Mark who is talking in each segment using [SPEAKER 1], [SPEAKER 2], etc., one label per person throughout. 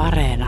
[SPEAKER 1] Areena.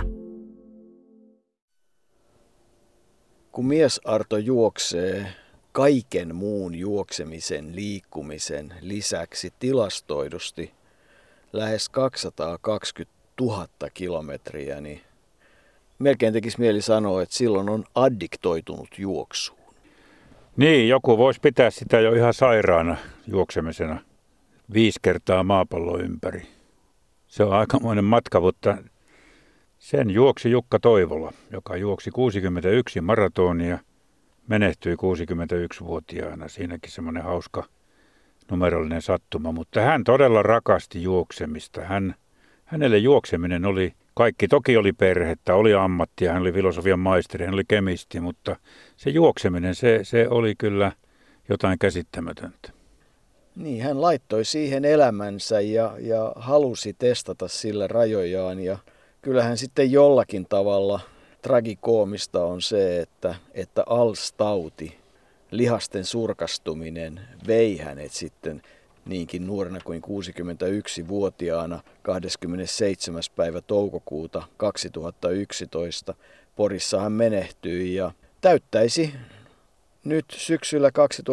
[SPEAKER 2] Kun mies Arto juoksee kaiken muun juoksemisen, liikkumisen lisäksi tilastoidusti lähes 220 000 kilometriä, niin melkein tekisi mieli sanoa, että silloin on addiktoitunut juoksuun.
[SPEAKER 3] Niin, joku voisi pitää sitä jo ihan sairaana juoksemisena 5 kertaa maapallon ympäri. Se on aikamoinen matka, mutta sen juoksi Jukka Toivola, joka juoksi 61 maratonia, menehtyi 61-vuotiaana. Siinäkin semmoinen hauska numerollinen sattuma, mutta hän todella rakasti juoksemista. Hänelle juokseminen oli kaikki. Toki oli perhettä, oli ammattia, hän oli filosofian maisteri, hän oli kemisti, mutta se juokseminen, se oli kyllä jotain käsittämätöntä.
[SPEAKER 2] Niin, hän laittoi siihen elämänsä ja halusi testata sillä rajojaan. Ja kyllähän sitten jollakin tavalla tragikoomista on se, että ALS-tauti, lihasten surkastuminen, vei hänet sitten niinkin nuorena kuin 61-vuotiaana 27. päivä toukokuuta 2011. Porissa hän menehtyi ja täyttäisi nyt syksyllä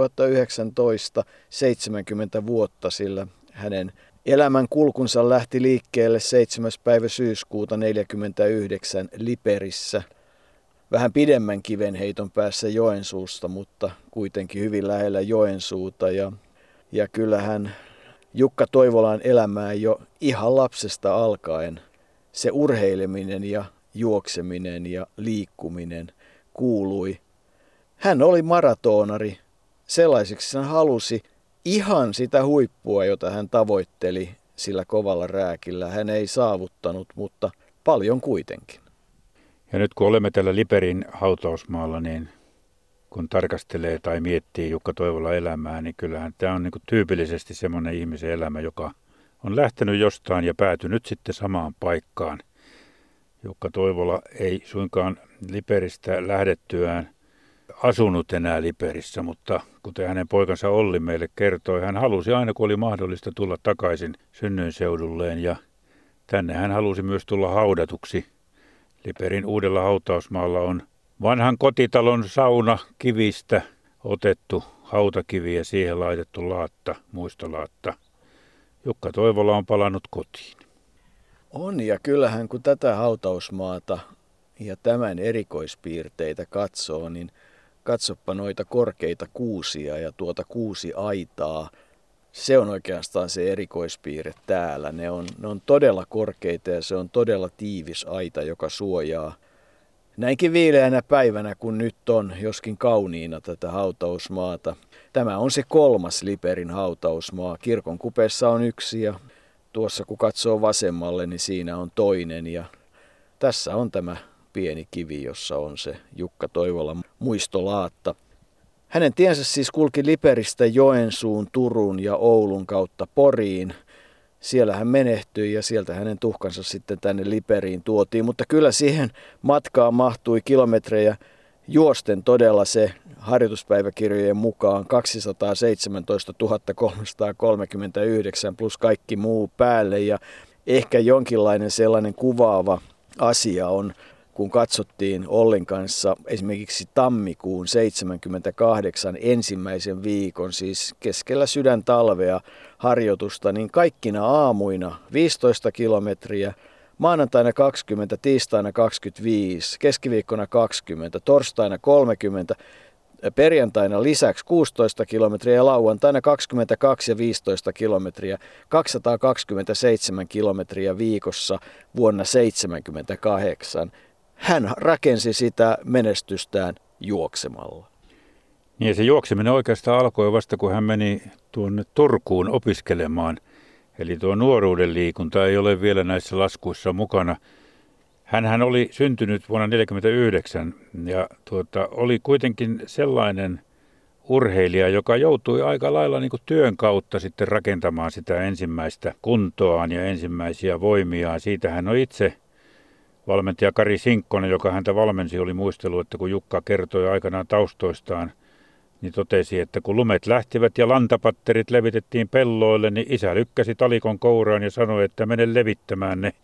[SPEAKER 2] 2019 70 vuotta, sillä hänen elämän kulkunsa lähti liikkeelle 7. päivä syyskuuta 1949 Liperissä. Vähän pidemmän kivenheiton päässä Joensuusta, mutta kuitenkin hyvin lähellä Joensuuta. Ja kyllähän Jukka Toivolan elämään jo ihan lapsesta alkaen se urheileminen ja juokseminen ja liikkuminen kuului. Hän oli maratonari. Sellaiseksi hän halusi ihan sitä huippua, jota hän tavoitteli sillä kovalla rääkillä. Hän ei saavuttanut, mutta paljon kuitenkin.
[SPEAKER 3] Ja nyt kun olemme täällä Liperin hautausmaalla, niin kun tarkastelee tai miettii Jukka Toivolan elämää, niin kyllähän tämä on niin kuin tyypillisesti semmoinen ihmisen elämä, joka on lähtenyt jostain ja päätynyt sitten samaan paikkaan. Jukka Toivola ei suinkaan Liperistä lähdettyään asunut enää Liperissä, mutta kuten hänen poikansa Olli meille kertoi, hän halusi aina kun oli mahdollista tulla takaisin synnyinseudulle ja tänne hän halusi myös tulla haudatuksi. Liperin uudella hautausmaalla on vanhan kotitalon sauna kivistä otettu hautakivi ja siihen laitettu laatta, muistolaatta. Jukka Toivola on palannut kotiin.
[SPEAKER 2] On, ja kyllähän kun tätä hautausmaata ja tämän erikoispiirteitä katsoo, niin katsoppa noita korkeita kuusia ja tuota kuusiaitaa. Se on oikeastaan se erikoispiirre täällä. Ne on todella korkeita ja se on todella tiivis aita, joka suojaa näinkin viileänä päivänä kuin nyt on, joskin kauniina tätä hautausmaata. Tämä on se 3. Liperin hautausmaa. Kirkon kupeessa on 1 ja tuossa kun katsoo vasemmalle, niin siinä on toinen. Ja tässä on tämä pieni kivi, jossa on se Jukka Toivolan muistolaatta. Hänen tiensä siis kulki Liperistä Joensuun, Turun ja Oulun kautta Poriin. Siellä hän menehtyi ja sieltä hänen tuhkansa sitten tänne Liperiin tuotiin, mutta kyllä siihen matkaan mahtui kilometrejä juosten todella se harjoituspäiväkirjojen mukaan 217 339 plus kaikki muu päälle. Ja ehkä jonkinlainen sellainen kuvaava asia on, kun katsottiin Ollin kanssa esimerkiksi tammikuun 78 ensimmäisen viikon, siis keskellä sydäntalvea harjoitusta, niin kaikkina aamuina 15 kilometriä, maanantaina 20, tiistaina 25, keskiviikkona 20, torstaina 30, perjantaina lisäksi 16 kilometriä ja lauantaina 22 ja 15 kilometriä, 227 kilometriä viikossa vuonna 1978. Hän rakensi sitä menestystään juoksemalla.
[SPEAKER 3] Niin ja se juokseminen oikeastaan alkoi vasta, kun hän meni tuonne Turkuun opiskelemaan. Eli tuo nuoruuden liikunta ei ole vielä näissä laskuissa mukana. Hänhän oli syntynyt vuonna 1949 ja oli kuitenkin sellainen urheilija, joka joutui aika lailla niin kuin työn kautta sitten rakentamaan sitä ensimmäistä kuntoaan ja ensimmäisiä voimiaan. Siitä hän on itse valmentaja Kari Sinkkonen, joka häntä valmensi, oli muistellut, että kun Jukka kertoi aikanaan taustoistaan, niin totesi, että kun lumet lähtivät ja lantapatterit levitettiin pelloille, niin isä lykkäsi talikon kouraan ja sanoi, että mene levittämään ne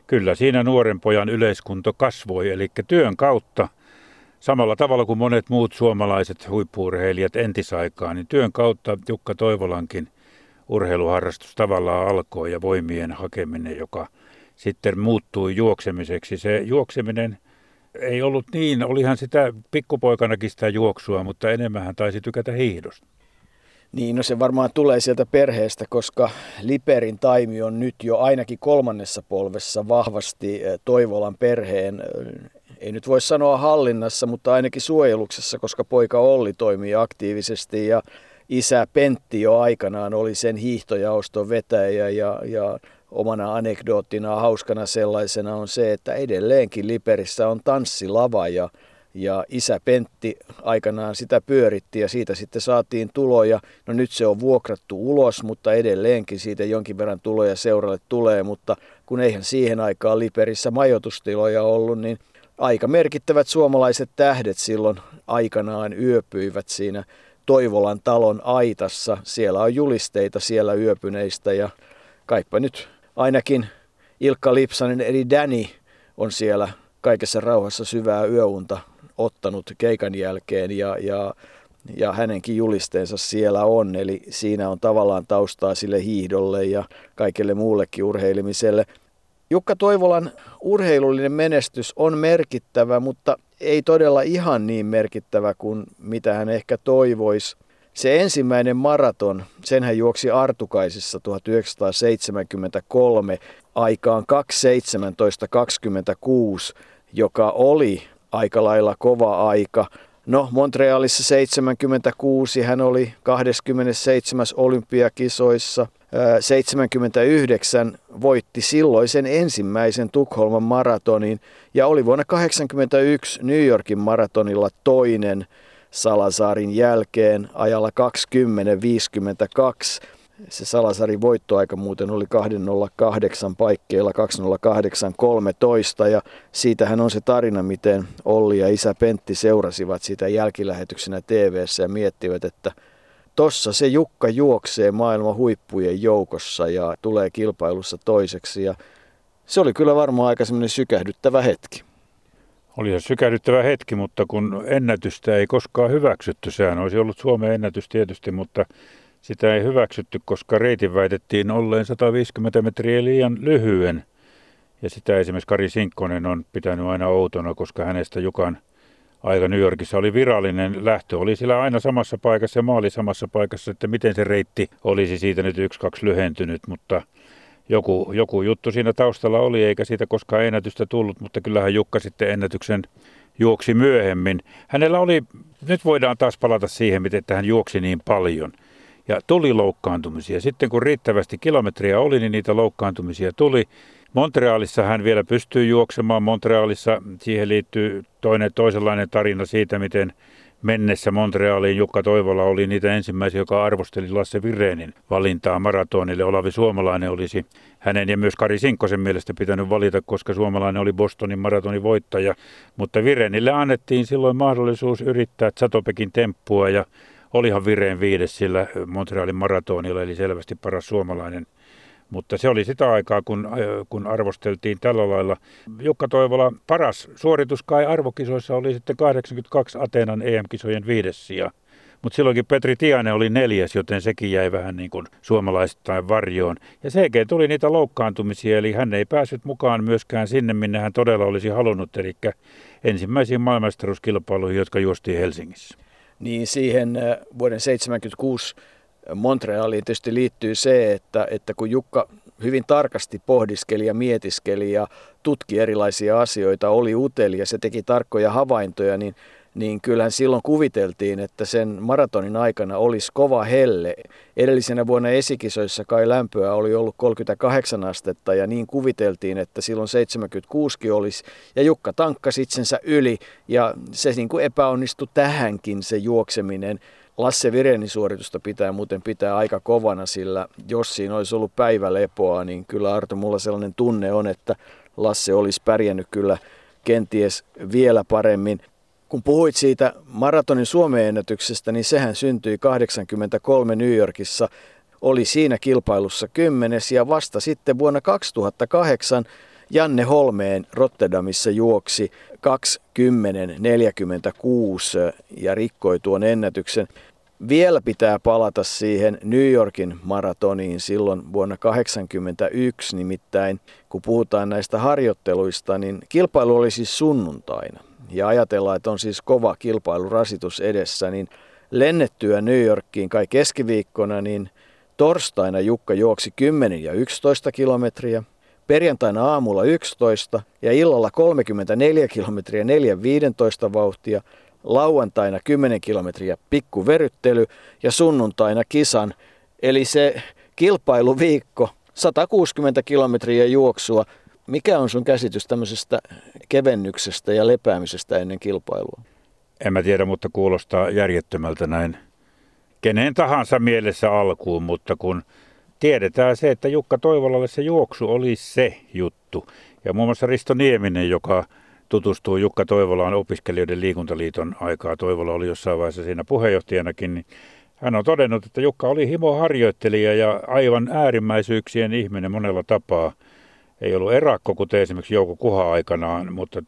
[SPEAKER 3] kyllä siinä nuoren pojan yleiskunto kasvoi, eli työn kautta, samalla tavalla kuin monet muut suomalaiset huippu-urheilijat entisaikaan, niin työn kautta Jukka Toivolankin urheiluharrastus tavallaan alkoi ja voimien hakeminen, joka sitten muuttui juoksemiseksi. Se juokseminen ei ollut niin, olihan sitä pikkupoikanakin sitä juoksua, mutta enemmän hän taisi tykätä hiihdosta.
[SPEAKER 2] Niin, no se varmaan tulee sieltä perheestä, koska Liperin Taimi on nyt jo ainakin kolmannessa polvessa vahvasti Toivolan perheen, ei nyt voi sanoa hallinnassa, mutta ainakin suojeluksessa, koska poika Olli toimii aktiivisesti ja isä Pentti jo aikanaan oli sen hiihtojaoston vetäjä ja omana anekdoottina hauskana sellaisena on se, että edelleenkin Liperissä on tanssilava ja isä Pentti aikanaan sitä pyöritti ja siitä sitten saatiin tuloja. No nyt se on vuokrattu ulos, mutta edelleenkin siitä jonkin verran tuloja seuralle tulee, mutta kun eihän siihen aikaan Liperissä majoitustiloja ollut, niin aika merkittävät suomalaiset tähdet silloin aikanaan yöpyivät siinä Toivolan talon aitassa. Siellä on julisteita siellä yöpyneistä ja kaipa nyt ainakin Ilkka Lipsanen eli Danny on siellä kaikessa rauhassa syvää yöunta ottanut keikan jälkeen ja hänenkin julisteensa siellä on. Eli siinä on tavallaan taustaa sille hiihdolle ja kaikelle muullekin urheilemiselle. Jukka Toivolan urheilullinen menestys on merkittävä, mutta ei todella ihan niin merkittävä kuin mitä hän ehkä toivoisi. Se ensimmäinen maraton, sen hän juoksi Artukaisissa 1973 aikaan 2:17:26, joka oli aika lailla kova aika. No, Montrealissa 76 hän oli 27. olympiakisoissa. 79 voitti silloisen ensimmäisen Tukholman maratonin ja oli vuonna 81 New Yorkin maratonilla toinen Salazarin jälkeen ajalla 20:52. Se Salazarin voittoaika muuten oli 2:08 paikkeilla 2:08:13 ja siitähän on se tarina, miten Olli ja isä Pentti seurasivat sitä jälkilähetyksenä TV:ssä ja miettivät, että tossa se Jukka juoksee maailman huippujen joukossa ja tulee kilpailussa toiseksi ja se oli kyllä varmaan aika semmoinen sykähdyttävä hetki.
[SPEAKER 3] Oli se sykähdyttävä hetki, mutta kun ennätystä ei koskaan hyväksytty, sehän olisi ollut Suomen ennätys tietysti, mutta sitä ei hyväksytty, koska reitin väitettiin olleen 150 metriä liian lyhyen. Ja sitä esimerkiksi Kari Sinkkonen on pitänyt aina outona, koska hänestä Jukan aika New Yorkissa oli virallinen lähtö. Oli sillä aina samassa paikassa ja maali samassa paikassa, että miten se reitti olisi siitä nyt 1-2 lyhentynyt, mutta joku juttu siinä taustalla oli, eikä siitä koskaan ennätystä tullut, mutta kyllähän Jukka sitten ennätyksen juoksi myöhemmin. Hänellä oli, nyt voidaan taas palata siihen, miten hän juoksi niin paljon. Ja tuli loukkaantumisia. Sitten kun riittävästi kilometriä oli, niin niitä loukkaantumisia tuli. Montrealissa hän vielä pystyy juoksemaan. Montrealissa siihen liittyy toisenlainen tarina siitä, miten mennessä Montrealiin Jukka Toivola oli niitä ensimmäisiä, joka arvosteli Lasse Virenin valintaa maratonille. Olavi Suomalainen olisi hänen ja myös Kari Sinkkosen mielestä pitänyt valita, koska Suomalainen oli Bostonin maratonin voittaja. Mutta Virenille annettiin silloin mahdollisuus yrittää Zatopekin temppua ja olihan Vireen 5. sillä Montrealin maratonilla, eli selvästi paras suomalainen. Mutta se oli sitä aikaa, kun arvosteltiin tällä lailla. Jukka Toivola paras suoritus kai arvokisoissa oli sitten 82 Ateenan EM-kisojen 5. sija. Mutta silloinkin Petri Tiainen oli 4., joten sekin jäi vähän niin kuin suomalaistain varjoon. Ja sekin tuli niitä loukkaantumisia, eli hän ei päässyt mukaan myöskään sinne, minne hän todella olisi halunnut, eli ensimmäisiin maailmanmestaruuskilpailuihin, jotka juostiin Helsingissä.
[SPEAKER 2] Niin siihen vuoden 1976 Montrealiin tietysti liittyy se, että kun Jukka hyvin tarkasti pohdiskeli ja mietiskeli ja tutki erilaisia asioita, oli uteli se teki tarkkoja havaintoja, niin kyllähän silloin kuviteltiin, että sen maratonin aikana olisi kova helle. Edellisenä vuonna esikisoissa kai lämpöä oli ollut 38 astetta ja niin kuviteltiin, että silloin 76 olisi. Ja Jukka tankkasi itsensä yli ja se niin kuin epäonnistui tähänkin se juokseminen. Lasse Virenin suoritusta pitää aika kovana, sillä jos siinä olisi ollut päivälepoa, niin kyllä Arto, mulla sellainen tunne on, että Lasse olisi pärjännyt kyllä kenties vielä paremmin. Kun puhuit siitä maratonin Suomen ennätyksestä, niin sehän syntyi 1983 New Yorkissa, oli siinä kilpailussa 10. ja vasta sitten vuonna 2008 Janne Holmeen Rotterdamissa juoksi 20:10:46 ja rikkoi tuon ennätyksen. Vielä pitää palata siihen New Yorkin maratoniin silloin vuonna 1981, nimittäin kun puhutaan näistä harjoitteluista, niin kilpailu oli siis sunnuntaina. Ja ajatellaan, että on siis kova kilpailurasitus edessä, niin lennettyä New Yorkiin kai keskiviikkona, niin torstaina Jukka juoksi 10 ja 11 kilometriä, perjantaina aamulla 11 ja illalla 34 kilometriä 4:15 vauhtia, lauantaina 10 kilometriä pikkuveryttely ja sunnuntaina kisan. Eli se kilpailuviikko, 160 kilometriä juoksua. Mikä on sun käsitys tämmöisestä kevennyksestä ja lepäämisestä ennen kilpailua?
[SPEAKER 3] En mä tiedä, mutta kuulostaa järjettömältä näin kenen tahansa mielessä alkuun, mutta kun tiedetään se, että Jukka Toivolalle se juoksu oli se juttu. Ja muun muassa Risto Nieminen, joka tutustuu Jukka Toivolaan opiskelijoiden liikuntaliiton aikaa, Toivola oli jossain vaiheessa siinä puheenjohtajanakin, niin hän on todennut, että Jukka oli himoharjoittelija ja aivan äärimmäisyyksien ihminen monella tapaa. Ei ollut erakko, kuten esimerkiksi Jouko Kuha aikanaan, mutta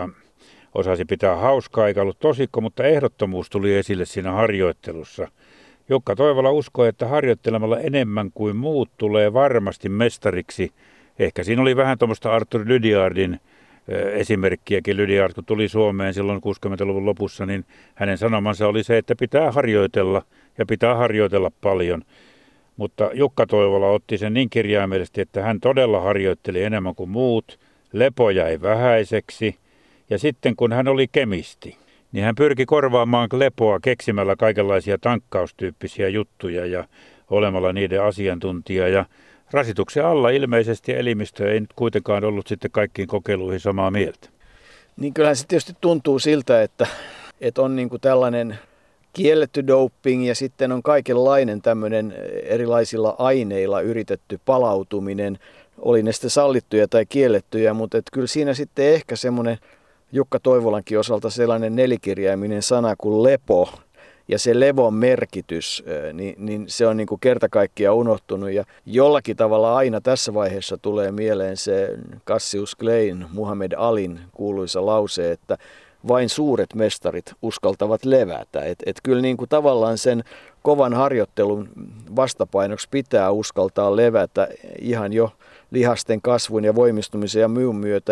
[SPEAKER 3] osasi pitää hauskaa, eikä ollut tosikko, mutta ehdottomuus tuli esille siinä harjoittelussa. Jukka Toivola uskoi, että harjoittelemalla enemmän kuin muut tulee varmasti mestariksi. Ehkä siinä oli vähän tuommoista Arthur Lydiardin esimerkkiäkin. Lydiard, kun tuli Suomeen silloin 60-luvun lopussa, niin hänen sanomansa oli se, että pitää harjoitella ja pitää harjoitella paljon. Mutta Jukka Toivola otti sen niin kirjaimellisesti, että hän todella harjoitteli enemmän kuin muut. Lepo jäi vähäiseksi ja sitten kun hän oli kemisti, niin hän pyrki korvaamaan lepoa keksimällä kaikenlaisia tankkaustyyppisiä juttuja ja olemalla niiden asiantuntija. Ja rasituksen alla ilmeisesti elimistö ei nyt kuitenkaan ollut sitten kaikkiin kokeiluihin samaa mieltä.
[SPEAKER 2] Niin kyllähän se tietysti tuntuu siltä, että on niin kuin tällainen kielletty doping ja sitten on kaikenlainen tämmöinen erilaisilla aineilla yritetty palautuminen. Oli ne sitten sallittuja tai kiellettyjä, mutta kyllä siinä sitten ehkä semmoinen Jukka Toivolankin osalta sellainen nelikirjaiminen sana kuin lepo ja se levon merkitys, niin se on niin kuin kerta kaikkiaan unohtunut. Ja jollakin tavalla aina tässä vaiheessa tulee mieleen se Cassius Clayn, Muhammad Alin kuuluisa lause, että vain suuret mestarit uskaltavat levätä. Et kyllä niin kuin tavallaan sen kovan harjoittelun vastapainoksi pitää uskaltaa levätä ihan jo lihasten kasvun ja voimistumisen ja myyn myötä.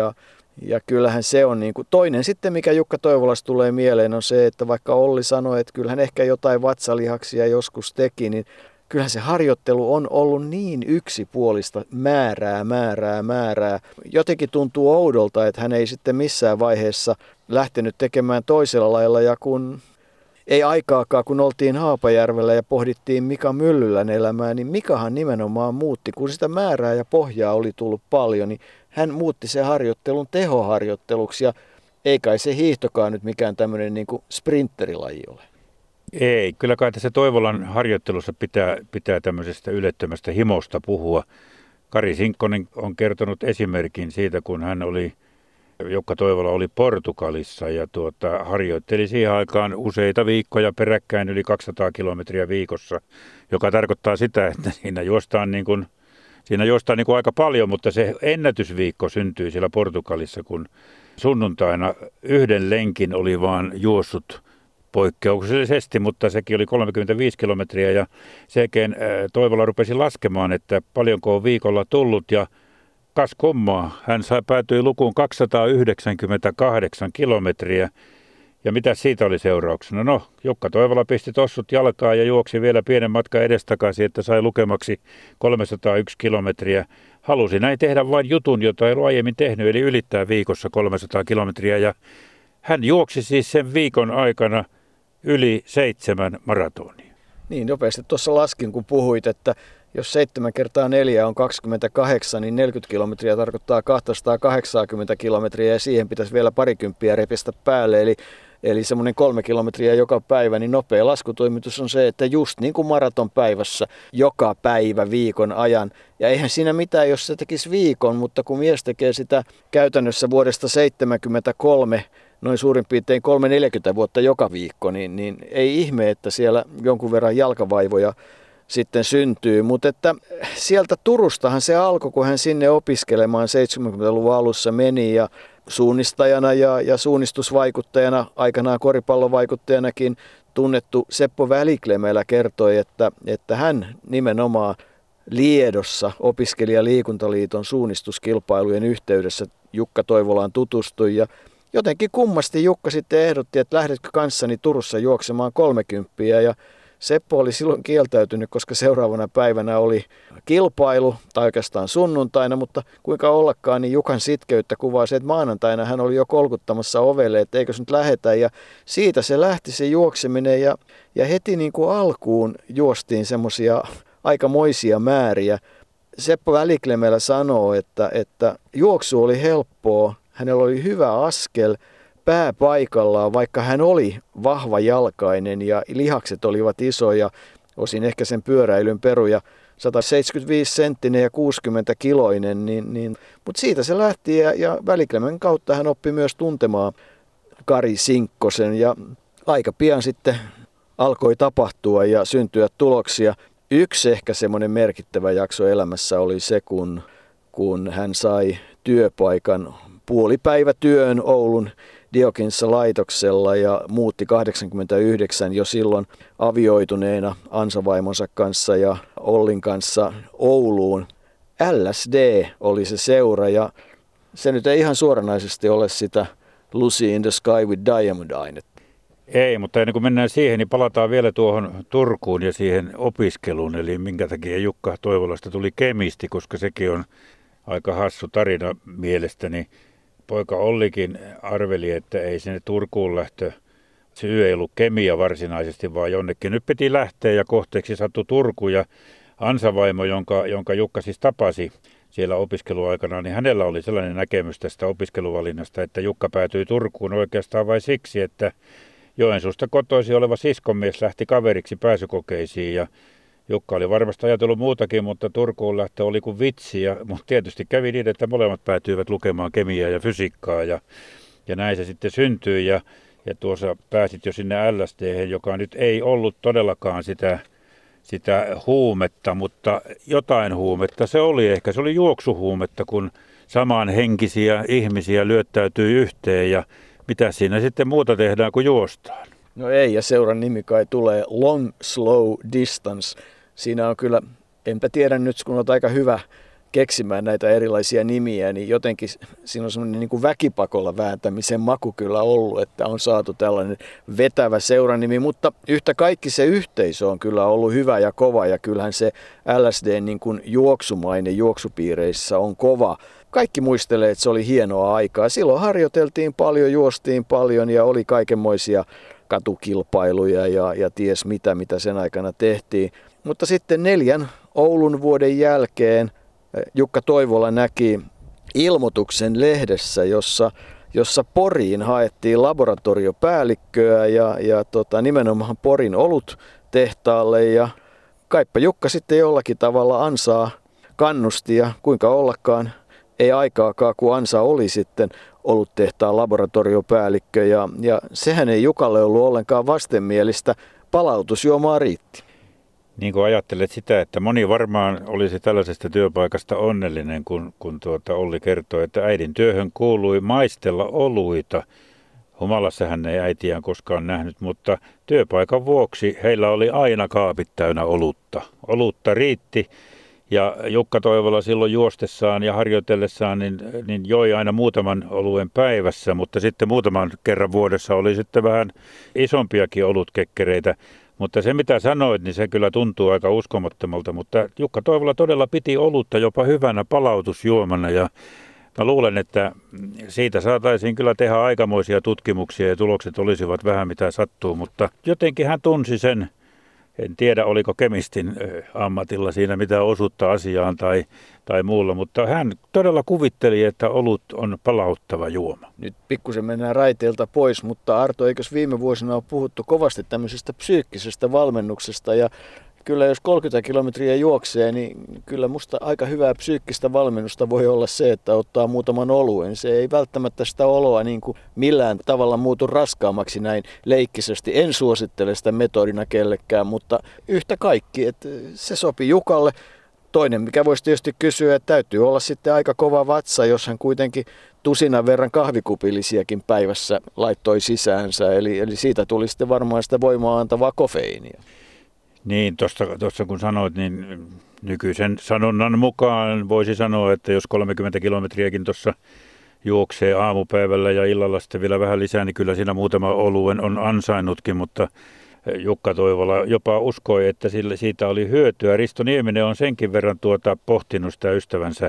[SPEAKER 2] Ja kyllähän se on niin kuin toinen sitten, mikä Jukka Toivolasta tulee mieleen, on se, että vaikka Olli sanoi, että kyllähän ehkä jotain vatsalihaksia joskus teki, niin kyllähän se harjoittelu on ollut niin yksipuolista määrää. Jotenkin tuntuu oudolta, että hän ei sitten missään vaiheessa lähtenyt tekemään toisella lailla ja kun ei aikaakaan, kun oltiin Haapajärvellä ja pohdittiin Mika Myllylän elämää, niin Mikahan nimenomaan muutti, kun sitä määrää ja pohjaa oli tullut paljon, niin hän muutti sen harjoittelun tehoharjoitteluksi ja ei kai se hiihtokaan nyt mikään tämmöinen niin kuin sprinterilaji ole.
[SPEAKER 3] Ei, kyllä kai tässä Toivolan harjoittelussa pitää tämmöisestä ylettömästä himosta puhua. Kari Sinkkonen on kertonut esimerkin siitä, kun Jukka Toivola oli Portugalissa ja harjoitteli siihen aikaan useita viikkoja peräkkäin yli 200 kilometriä viikossa, joka tarkoittaa sitä, että siinä juostaan niin kuin aika paljon, mutta se ennätysviikko syntyi siellä Portugalissa, kun sunnuntaina yhden lenkin oli vaan juossut poikkeuksellisesti, mutta sekin oli 35 kilometriä ja sen jälkeen Toivola rupesi laskemaan, että paljonko on viikolla tullut ja kas kummaa, hän päätyi lukuun 298 kilometriä. Ja mitä siitä oli seurauksena? No, Jukka Toivola pisti tossut jalkaan ja juoksi vielä pienen matkan edestakaisin, että sai lukemaksi 301 kilometriä. Halusi näin tehdä vain jutun, jota ei ollut aiemmin tehnyt, eli ylittää viikossa 300 kilometriä. Ja hän juoksi siis sen viikon aikana yli 7 maratonia.
[SPEAKER 2] Niin, nopeasti tuossa laskin, kun puhuit, että jos 7 kertaa 4 on 28, niin 40 kilometriä tarkoittaa 280 kilometriä ja siihen pitäisi vielä parikymppiä repistä päälle. Eli semmoinen 3 kilometriä joka päivä, niin nopea laskutoimitus on se, että just niin kuin maraton päivässä joka päivä viikon ajan. Ja eihän siinä mitään, jos se tekisi viikon, mutta kun mies tekee sitä käytännössä vuodesta 1973, noin suurin piirtein 3-40 vuotta joka viikko, niin ei ihme, että siellä jonkun verran jalkavaivoja sitten syntyy. Mutta että sieltä Turustahan se alkoi, kun hän sinne opiskelemaan 70-luvun alussa meni ja suunnistajana ja suunnistusvaikuttajana, aikanaan koripallovaikuttajanakin tunnettu Seppo Väliklemelä kertoi, että hän nimenomaan Liedossa Opiskelija-liikuntaliiton suunnistuskilpailujen yhteydessä Jukka Toivolaan tutustui ja jotenkin kummasti Jukka sitten ehdotti, että lähdetkö kanssani Turussa juoksemaan 30 ja Seppo oli silloin kieltäytynyt, koska seuraavana päivänä oli kilpailu, tai oikeastaan sunnuntaina, mutta kuinka ollakaan, niin Jukan sitkeyttä kuvaa se, että maanantaina hän oli jo kolkuttamassa ovelle, että eikös nyt lähetä. Ja siitä se lähti se juokseminen ja heti niin kuin alkuun juostiin semmoisia aikamoisia määriä. Seppo Väliklemelä sanoo, että juoksu oli helppoa, hänellä oli hyvä askel, pää paikallaan, vaikka hän oli vahvajalkainen ja lihakset olivat isoja, osin ehkä sen pyöräilyn peruja, 175 senttinen ja 60 kiloinen, mutta siitä se lähti ja Väliklemen kautta hän oppi myös tuntemaan Kari Sinkkosen ja aika pian sitten alkoi tapahtua ja syntyä tuloksia. Yksi ehkä semmoinen merkittävä jakso elämässä oli se, kun hän sai työpaikan puolipäivätyön Oulun Diokinsa-laitoksella ja muutti 89 jo silloin avioituneena ansavaimonsa kanssa ja Ollin kanssa Ouluun. LSD oli se seura ja se nyt ei ihan suoranaisesti ole sitä Lucy in the Sky with Diamond-ainetta.
[SPEAKER 3] Ei, mutta ennen kuin mennään siihen, niin palataan vielä tuohon Turkuun ja siihen opiskeluun. Eli minkä takia Jukka Toivolasta tuli kemisti, koska sekin on aika hassu tarina mielestäni. Poika Ollikin arveli, että ei sinne Turkuun lähtö, syy ei ollut kemia varsinaisesti, vaan jonnekin. Nyt piti lähteä ja kohteeksi sattui Turku ja ansavaimo, jonka Jukka siis tapasi siellä opiskeluaikana, niin hänellä oli sellainen näkemys tästä opiskeluvalinnasta, että Jukka päätyi Turkuun oikeastaan vain siksi, että Joensuusta kotoisin oleva siskonmies lähti kaveriksi pääsykokeisiin ja Jukka oli varmasti ajatellut muutakin, mutta Turkuun lähtö oli kuin vitsi. Mutta tietysti kävi niin, että molemmat päätyivät lukemaan kemiaa ja fysiikkaa ja näin se sitten syntyi. Ja tuossa pääsit jo sinne LSD:hen, joka nyt ei ollut todellakaan sitä huumetta, mutta jotain huumetta se oli. Ehkä se oli juoksuhuumetta, kun samanhenkisiä ihmisiä lyöttäytyi yhteen ja mitä siinä sitten muuta tehdään kuin juostaan.
[SPEAKER 2] No ei, ja seuran nimi kai tulee Long Slow Distance. Siinä on kyllä, enpä tiedä nyt, kun olet aika hyvä keksimään näitä erilaisia nimiä, niin jotenkin siinä on semmoinen niin kuin väkipakolla vääntämisen maku kyllä ollut, että on saatu tällainen vetävä seuranimi, mutta yhtä kaikki se yhteisö on kyllä ollut hyvä ja kova, ja kyllähän se LSD niin kuin juoksumaine juoksupiireissä on kova. Kaikki muistelee, että se oli hienoa aikaa. Silloin harjoiteltiin paljon, juostiin paljon ja oli kaikenmoisia katukilpailuja ja ties mitä sen aikana tehtiin. Mutta sitten 4 Oulun vuoden jälkeen Jukka Toivola näki ilmoituksen lehdessä, jossa Poriin haettiin laboratoriopäällikköä ja nimenomaan Porin oluttehtaalle. Ja kaipa Jukka sitten jollakin tavalla ansaa kannusti ja kuinka ollakaan. Ei aikaakaan, kun Ansa oli sitten oluttehtaan laboratoriopäällikkö ja sehän ei Jukalle ollut ollenkaan vastenmielistä. Palautusjuomaa riitti.
[SPEAKER 3] Niin kuin ajattelet sitä, että moni varmaan olisi tällaisesta työpaikasta onnellinen, kun Olli kertoi, että äidin työhön kuului maistella oluita. Humalassa hän ei äitiään koskaan nähnyt, mutta työpaikan vuoksi heillä oli aina kaapit täynnä olutta. Olutta riitti. Ja Jukka Toivola silloin juostessaan ja harjoitellessaan niin joi aina muutaman oluen päivässä, mutta sitten muutaman kerran vuodessa oli sitten vähän isompiakin olutkekkereitä. Mutta se mitä sanoit, niin se kyllä tuntuu aika uskomattomalta, mutta Jukka Toivola todella piti olutta jopa hyvänä palautusjuomana ja mä luulen, että siitä saataisiin kyllä tehdä aikamoisia tutkimuksia ja tulokset olisivat vähän mitä sattuu, mutta jotenkin hän tunsi sen. En tiedä, oliko kemistin ammatilla siinä mitään osuutta asiaan tai muulla, mutta hän todella kuvitteli, että olut on palauttava juoma.
[SPEAKER 2] Nyt pikkusen mennään raiteilta pois, mutta Arto, eikös viime vuosina ole puhuttu kovasti tämmöisestä psyykkisestä valmennuksesta ja kyllä jos 30 kilometriä juoksee, niin kyllä musta aika hyvää psyykkistä valmennusta voi olla se, että ottaa muutaman oluen. Se ei välttämättä sitä oloa niin kuin millään tavalla muutu raskaammaksi näin leikkisesti. En suosittele sitä metodina kellekään, mutta yhtä kaikki, että se sopii Jukalle. Toinen, mikä voisi tietysti kysyä, että täytyy olla sitten aika kova vatsa, jos hän kuitenkin tusinan verran kahvikupillisiakin päivässä laittoi sisäänsä. Eli siitä tuli sitten varmaan sitä voimaa antavaa kofeiinia.
[SPEAKER 3] Niin, tuossa kun sanoit, niin nykyisen sanonnan mukaan voisi sanoa, että jos 30 kilometriäkin tuossa juoksee aamupäivällä ja illalla sitten vielä vähän lisää, niin kyllä siinä muutama oluen on ansainnutkin, mutta Jukka Toivola jopa uskoi, että siitä oli hyötyä. Risto Nieminen on senkin verran pohtinut sitä ystävänsä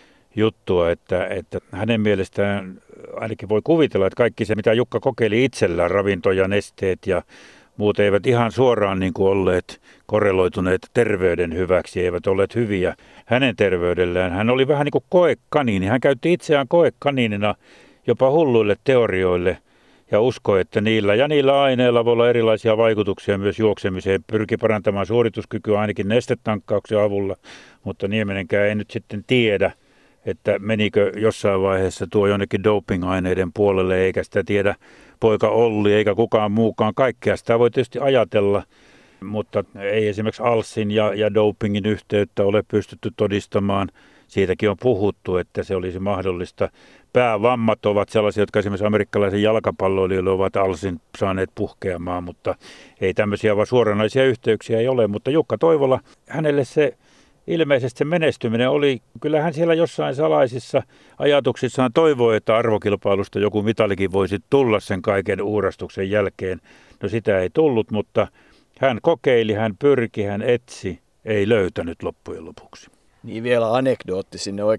[SPEAKER 3] juttua, että hänen mielestään ainakin voi kuvitella, että kaikki se, mitä Jukka kokeili itsellään, ravinto ja nesteet ja muut eivät ihan suoraan niin kuin olleet korreloituneet terveyden hyväksi, eivät olleet hyviä hänen terveydellään. Hän oli vähän niin kuin koekaniini. Hän käytti itseään koekaniinina jopa hulluille teorioille ja uskoi, että niillä aineilla voi olla erilaisia vaikutuksia myös juoksemiseen. Pyrki parantamaan suorituskykyä ainakin nestetankkauksen avulla, mutta Niemenenkään ei nyt sitten tiedä, että menikö jossain vaiheessa tuo jonnekin doping-aineiden puolelle, eikä sitä tiedä poika Olli eikä kukaan muukaan. Kaikkea sitä voi tietysti ajatella, mutta ei esimerkiksi alsin ja dopingin yhteyttä ole pystytty todistamaan. Siitäkin on puhuttu, että se olisi mahdollista. Päävammat ovat sellaisia, jotka esimerkiksi amerikkalaisen jalkapalloilijoille ovat alsin saaneet puhkeamaan, mutta ei tämmöisiä vaan suoranaisia yhteyksiä ei ole. Mutta Jukka Toivola, hänelle se ilmeisesti se menestyminen oli, kyllä hän siellä jossain salaisissa ajatuksissaan toivoi, että arvokilpailusta joku mitalikin voisi tulla sen kaiken uurastuksen jälkeen. No sitä ei tullut, mutta hän kokeili, hän pyrki, hän etsi, ei löytänyt loppujen lopuksi.
[SPEAKER 2] Niin vielä anekdootti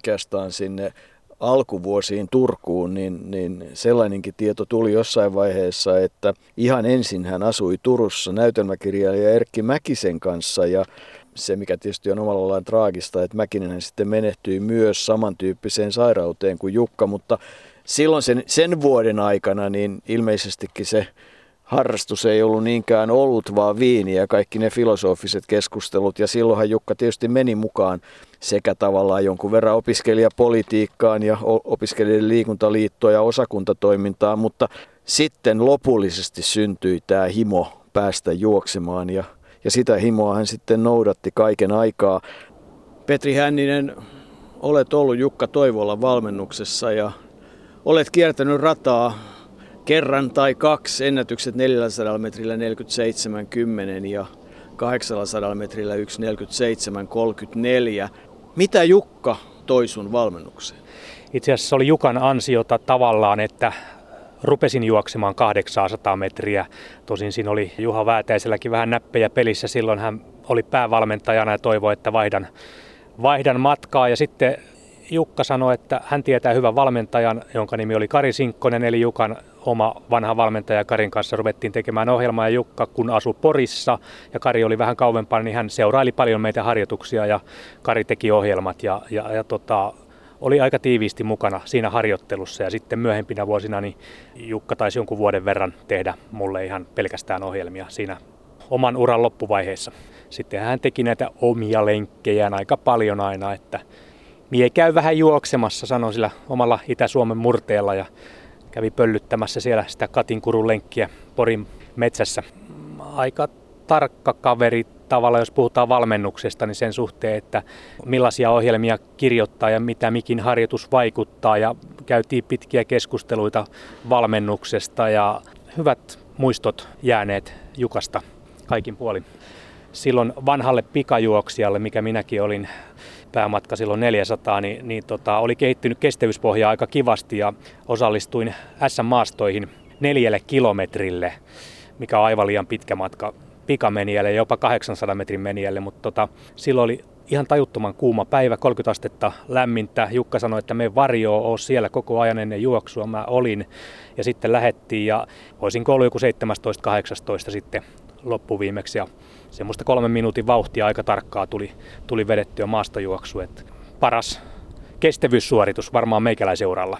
[SPEAKER 2] sinne alkuvuosiin Turkuun, niin sellainenkin tieto tuli jossain vaiheessa, että ihan ensin hän asui Turussa näytelmäkirjailija Erkki Mäkisen kanssa ja se, mikä tietysti on omalla lailla traagista, että Mäkinenhän sitten menehtyi myös samantyyppiseen sairauteen kuin Jukka, mutta silloin sen vuoden aikana niin ilmeisestikin se harrastus ei ollut niinkään ollut, vaan viini ja kaikki ne filosofiset keskustelut. Ja silloinhan Jukka tietysti meni mukaan sekä tavallaan jonkun verran opiskelijapolitiikkaan ja opiskelijoiden liikuntaliittoon ja osakuntatoimintaan, mutta sitten lopullisesti syntyi tämä himo päästä juoksemaan ja sitä himoa hän sitten noudatti kaiken aikaa. Petri Hänninen, olet ollut Jukka Toivolan valmennuksessa ja olet kiertänyt rataa kerran tai kaksi, ennätykset 400 metrillä 47.10 ja 800 metrillä 1.47.34. Mitä Jukka toi sun valmennukseen?
[SPEAKER 1] Itse asiassa se oli Jukan ansiota tavallaan, että rupesin juoksemaan 800 metriä. Tosin siinä oli Juha Väätäiselläkin vähän näppejä pelissä. Silloin hän oli päävalmentajana ja toivoi, että vaihdan matkaa. Ja sitten Jukka sanoi, että hän tietää hyvän valmentajan, jonka nimi oli Kari Sinkkonen, eli Jukan oma vanha valmentaja. Karin kanssa ruvettiin tekemään ohjelmaa ja Jukka kun asui Porissa ja Kari oli vähän kauempana, niin hän seuraili paljon meitä harjoituksia ja Kari teki ohjelmat ja oli aika tiiviisti mukana siinä harjoittelussa ja sitten myöhempinä vuosina niin Jukka taisi jonkun vuoden verran tehdä mulle ihan pelkästään ohjelmia siinä oman uran loppuvaiheessa. Sitten hän teki näitä omia lenkkejään aika paljon aina, että mie käy vähän juoksemassa, sanoi sillä omalla Itä-Suomen murteella ja kävi pöllyttämässä siellä sitä Katinkurun lenkkiä Porin metsässä. Aika tarkka kaveri tavalla, jos puhutaan valmennuksesta, niin sen suhteen, että millaisia ohjelmia kirjoittaa ja mitä mikin harjoitus vaikuttaa ja käytiin pitkiä keskusteluita valmennuksesta ja hyvät muistot jääneet Jukasta kaikin puolin. Silloin vanhalle pikajuoksijalle, mikä minäkin olin, päämatka silloin 400, oli kehittynyt kestävyyspohja aika kivasti ja osallistuin SM-maastoihin 4 kilometrille, mikä on aivan liian pitkä matka pikamenijälle, jopa 800 metrin menijälle, mutta silloin oli ihan tajuttoman kuuma päivä, 30 astetta lämmintä. Jukka sanoi, että me varjoa ole siellä koko ajan ennen juoksua. Mä olin ja sitten lähettiin ja olisinko ollut joku 17-18 sitten loppuviimeksi ja semmoista 3 minuutin vauhtia aika tarkkaa tuli vedettyä maastojuoksu. Et paras kestävyyssuoritus varmaan meikäläiseuralla.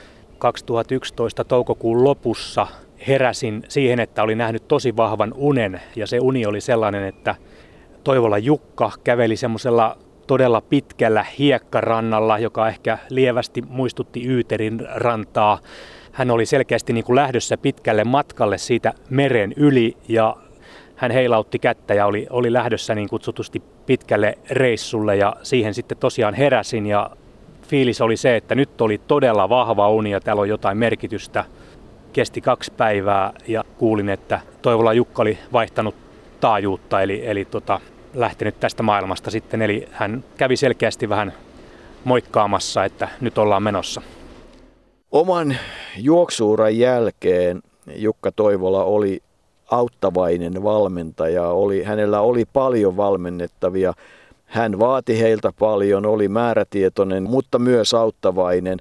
[SPEAKER 1] 2011 toukokuun lopussa heräsin siihen, että olin nähnyt tosi vahvan unen ja se uni oli sellainen, että Toivola Jukka käveli semmoisella todella pitkällä hiekkarannalla, joka ehkä lievästi muistutti Yyterin rantaa. Hän oli selkeästi niin kuin lähdössä pitkälle matkalle siitä meren yli ja hän heilautti kättä ja oli lähdössä niin kutsutusti pitkälle reissulle ja siihen sitten tosiaan heräsin ja fiilis oli se, että nyt oli todella vahva uni ja täällä on jotain merkitystä. Kesti 2 päivää ja kuulin, että Toivola Jukka oli vaihtanut taajuutta eli lähtenyt tästä maailmasta sitten. Eli hän kävi selkeästi vähän moikkaamassa, että nyt ollaan menossa.
[SPEAKER 2] Oman juoksuuran jälkeen Jukka Toivola oli auttavainen valmentaja. Hänellä oli paljon valmennettavia. Hän vaati heiltä paljon, oli määrätietoinen, mutta myös auttavainen.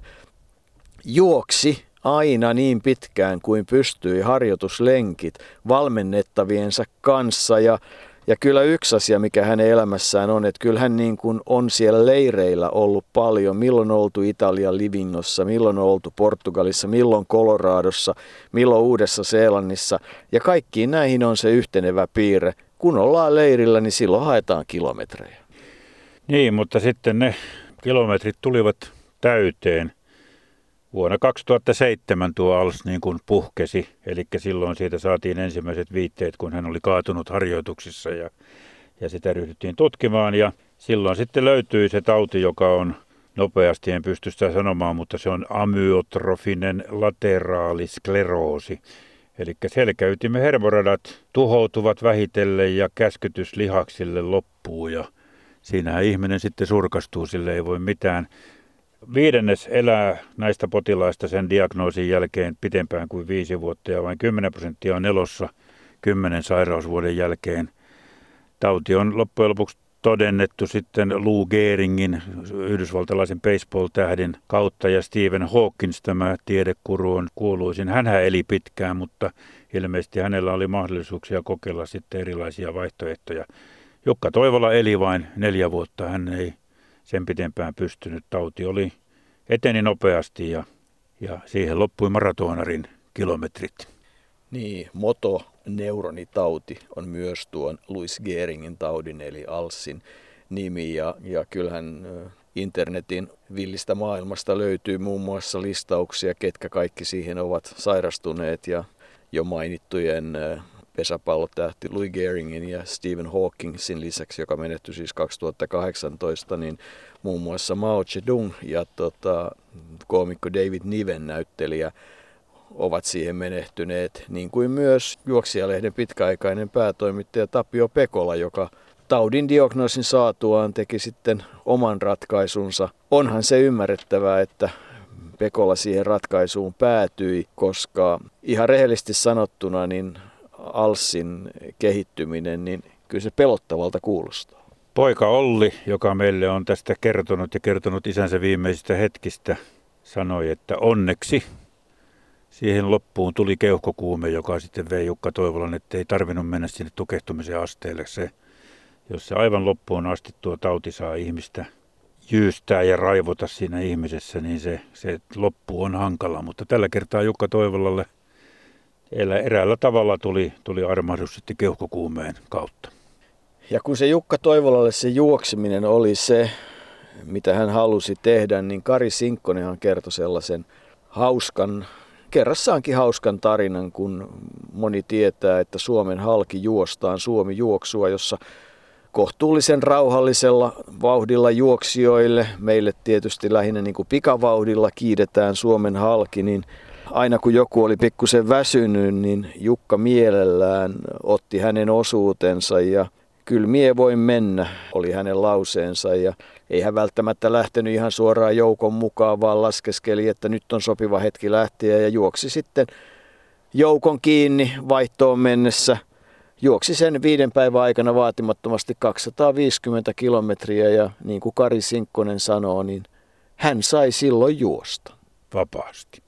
[SPEAKER 2] Juoksi aina niin pitkään kuin pystyi harjoituslenkit valmennettaviensa kanssa. Ja kyllä yksi asia, mikä hänen elämässään on, että kyllä hän niin kuin on siellä leireillä ollut paljon. Milloin on oltu Italian Livignossa, milloin on oltu Portugalissa, milloin Coloradossa, milloin Uudessa-Seelannissa. Ja kaikkiin näihin on se yhtenevä piirre. Kun ollaan leirillä, niin silloin haetaan kilometrejä.
[SPEAKER 3] Niin, mutta sitten ne kilometrit tulivat täyteen. Vuonna 2007 tuo ALS niin kuin puhkesi, eli silloin siitä saatiin ensimmäiset viitteet, kun hän oli kaatunut harjoituksissa ja sitä ryhdyttiin tutkimaan. Ja silloin sitten löytyi se tauti, joka on nopeasti, en pysty sitä sanomaan, mutta se on amyotrofinen lateraaliskleroosi. Eli selkäytimen hermoradat tuhoutuvat vähitellen ja käskytys lihaksille loppuu ja siinähän ihminen sitten surkastuu, sille ei voi mitään. 5. elää näistä potilaista sen diagnoosin jälkeen pitempään kuin 5 vuotta ja vain 10% on elossa 10 sairausvuoden jälkeen. Tauti on loppujen lopuksi todennettu sitten Lou Gehrigin, yhdysvaltalaisen baseball-tähdin kautta ja Stephen Hawkins, tämä tiedekuru on kuuluisin. Hänhän eli pitkään, mutta ilmeisesti hänellä oli mahdollisuuksia kokeilla sitten erilaisia vaihtoehtoja. Jukka Toivola eli vain 4 vuotta, hän ei sen pitempään pystynyt. Tauti eteni nopeasti ja siihen loppui maratonarin kilometrit.
[SPEAKER 2] Niin, motoneuronitauti on myös tuon Louis Gehrigin taudin eli ALSin nimi ja kyllähän internetin villistä maailmasta löytyy muun muassa listauksia, ketkä kaikki siihen ovat sairastuneet ja jo mainittujen pesäpallotähti Louis Gehrigin ja Stephen Hawkingsin lisäksi, joka menehtyi siis 2018, niin muun muassa Mao Zedong ja koomikko David Niven näyttelijä ovat siihen menehtyneet, niin kuin myös Juoksijalehden pitkäaikainen päätoimittaja Tapio Pekola, joka taudin diagnoosin saatuaan teki sitten oman ratkaisunsa. Onhan se ymmärrettävää, että Pekola siihen ratkaisuun päätyi, koska ihan rehellisesti sanottuna niin ALSin kehittyminen, niin kyllä se pelottavalta kuulostaa.
[SPEAKER 3] Poika Olli, joka meille on tästä kertonut isänsä viimeisistä hetkistä, sanoi, että onneksi siihen loppuun tuli keuhkokuume, joka sitten vei Jukka Toivolan, että ei tarvinnut mennä sinne tukehtumisen asteelle. Jos se aivan loppuun asti tuo tauti saa ihmistä jyystää ja raivota siinä ihmisessä, niin se loppu on hankala. Mutta tällä kertaa Jukka Toivolalle eräällä tavalla tuli armahdus sitten keuhkokuumeen kautta.
[SPEAKER 2] Ja kun se Jukka Toivolalle se juokseminen oli se, mitä hän halusi tehdä, niin Kari Sinkkonenhan kertoi sellaisen kerrassaankin hauskan tarinan, kun moni tietää, että Suomen halki juostaan Suomi-juoksua, jossa kohtuullisen rauhallisella vauhdilla juoksijoille, meille tietysti lähinnä niin kuin pikavauhdilla kiidetään Suomen halki, niin aina kun joku oli pikkusen väsynyt, niin Jukka mielellään otti hänen osuutensa ja kyllä mie voin mennä, oli hänen lauseensa ja ei hän välttämättä lähtenyt ihan suoraan joukon mukaan, vaan laskeskeli, että nyt on sopiva hetki lähteä ja juoksi sitten joukon kiinni vaihtoon mennessä. Juoksi sen 5 päivän aikana vaatimattomasti 250 kilometriä ja niin kuin Kari Sinkkonen sanoo, niin hän sai silloin juosta.
[SPEAKER 3] Vapaasti.